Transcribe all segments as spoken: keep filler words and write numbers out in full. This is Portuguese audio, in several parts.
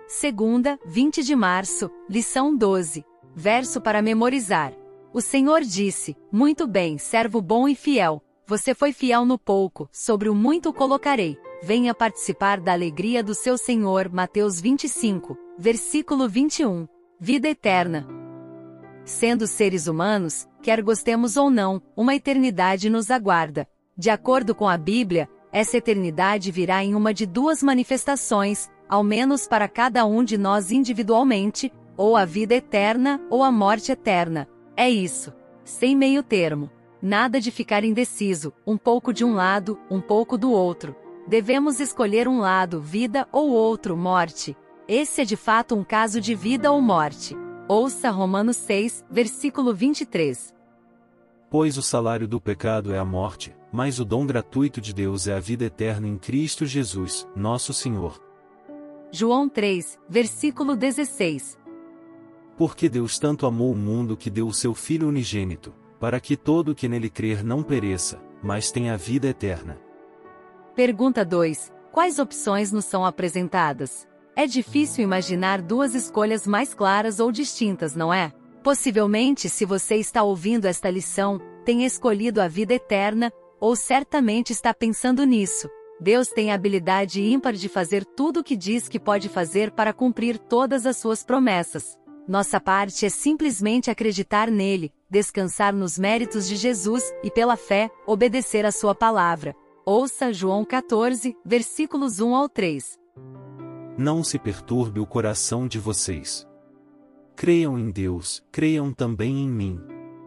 Segunda, vinte de março, lição doze. Verso para memorizar. O Senhor disse: muito bem, servo bom e fiel. Você foi fiel no pouco, sobre o muito o colocarei. Venha participar da alegria do seu Senhor. Mateus vinte e cinco, versículo vinte e um. Vida eterna. Sendo seres humanos, quer gostemos ou não, uma eternidade nos aguarda. De acordo com a Bíblia, essa eternidade virá em uma de duas manifestações, ao menos para cada um de nós individualmente, ou a vida eterna, ou a morte eterna. É isso. Sem meio termo. Nada de ficar indeciso, um pouco de um lado, um pouco do outro. Devemos escolher um lado, vida, ou outro, morte. Esse é de fato um caso de vida ou morte. Ouça Romanos seis, versículo vinte e três. Pois o salário do pecado é a morte, mas o dom gratuito de Deus é a vida eterna em Cristo Jesus, nosso Senhor. João três, versículo dezesseis. Porque Deus tanto amou o mundo que deu o seu Filho unigênito, para que todo o que nele crer não pereça, mas tenha a vida eterna. Pergunta dois. Quais opções nos são apresentadas? É difícil imaginar duas escolhas mais claras ou distintas, não é? Possivelmente, se você está ouvindo esta lição, tenha escolhido a vida eterna, ou certamente está pensando nisso. Deus tem a habilidade ímpar de fazer tudo o que diz que pode fazer para cumprir todas as suas promessas. Nossa parte é simplesmente acreditar nele, descansar nos méritos de Jesus e, pela fé, obedecer a sua palavra. Ouça João quatorze, versículos um ao três. Não se perturbe o coração de vocês. Creiam em Deus, creiam também em mim.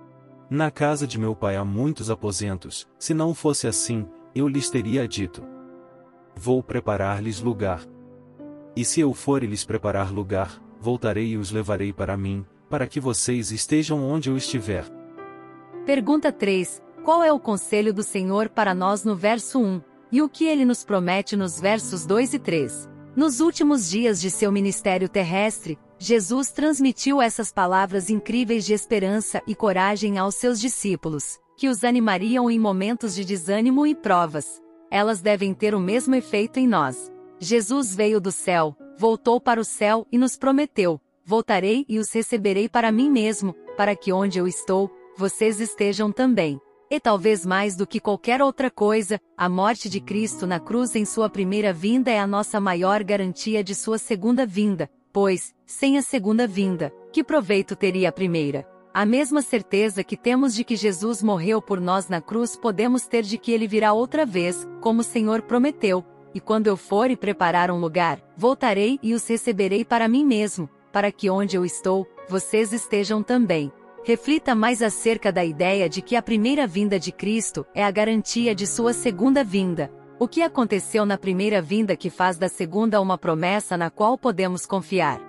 Na casa de meu pai há muitos aposentos, se não fosse assim, eu lhes teria dito: vou preparar-lhes lugar. E se eu for e lhes preparar lugar, voltarei e os levarei para mim, para que vocês estejam onde eu estiver. Pergunta três. Qual é o conselho do Senhor para nós no verso um? E o que ele nos promete nos versos dois e três? Nos últimos dias de seu ministério terrestre, Jesus transmitiu essas palavras incríveis de esperança e coragem aos seus discípulos, que os animariam em momentos de desânimo e provas. Elas devem ter o mesmo efeito em nós. Jesus veio do céu, voltou para o céu e nos prometeu: voltarei e os receberei para mim mesmo, para que onde eu estou, vocês estejam também. E talvez mais do que qualquer outra coisa, a morte de Cristo na cruz em sua primeira vinda é a nossa maior garantia de sua segunda vinda, pois, sem a segunda vinda, que proveito teria a primeira? A mesma certeza que temos de que Jesus morreu por nós na cruz podemos ter de que ele virá outra vez, como o Senhor prometeu: e quando eu for e preparar um lugar, voltarei e os receberei para mim mesmo, para que onde eu estou, vocês estejam também. Reflita mais acerca da ideia de que a primeira vinda de Cristo é a garantia de sua segunda vinda. O que aconteceu na primeira vinda que faz da segunda uma promessa na qual podemos confiar?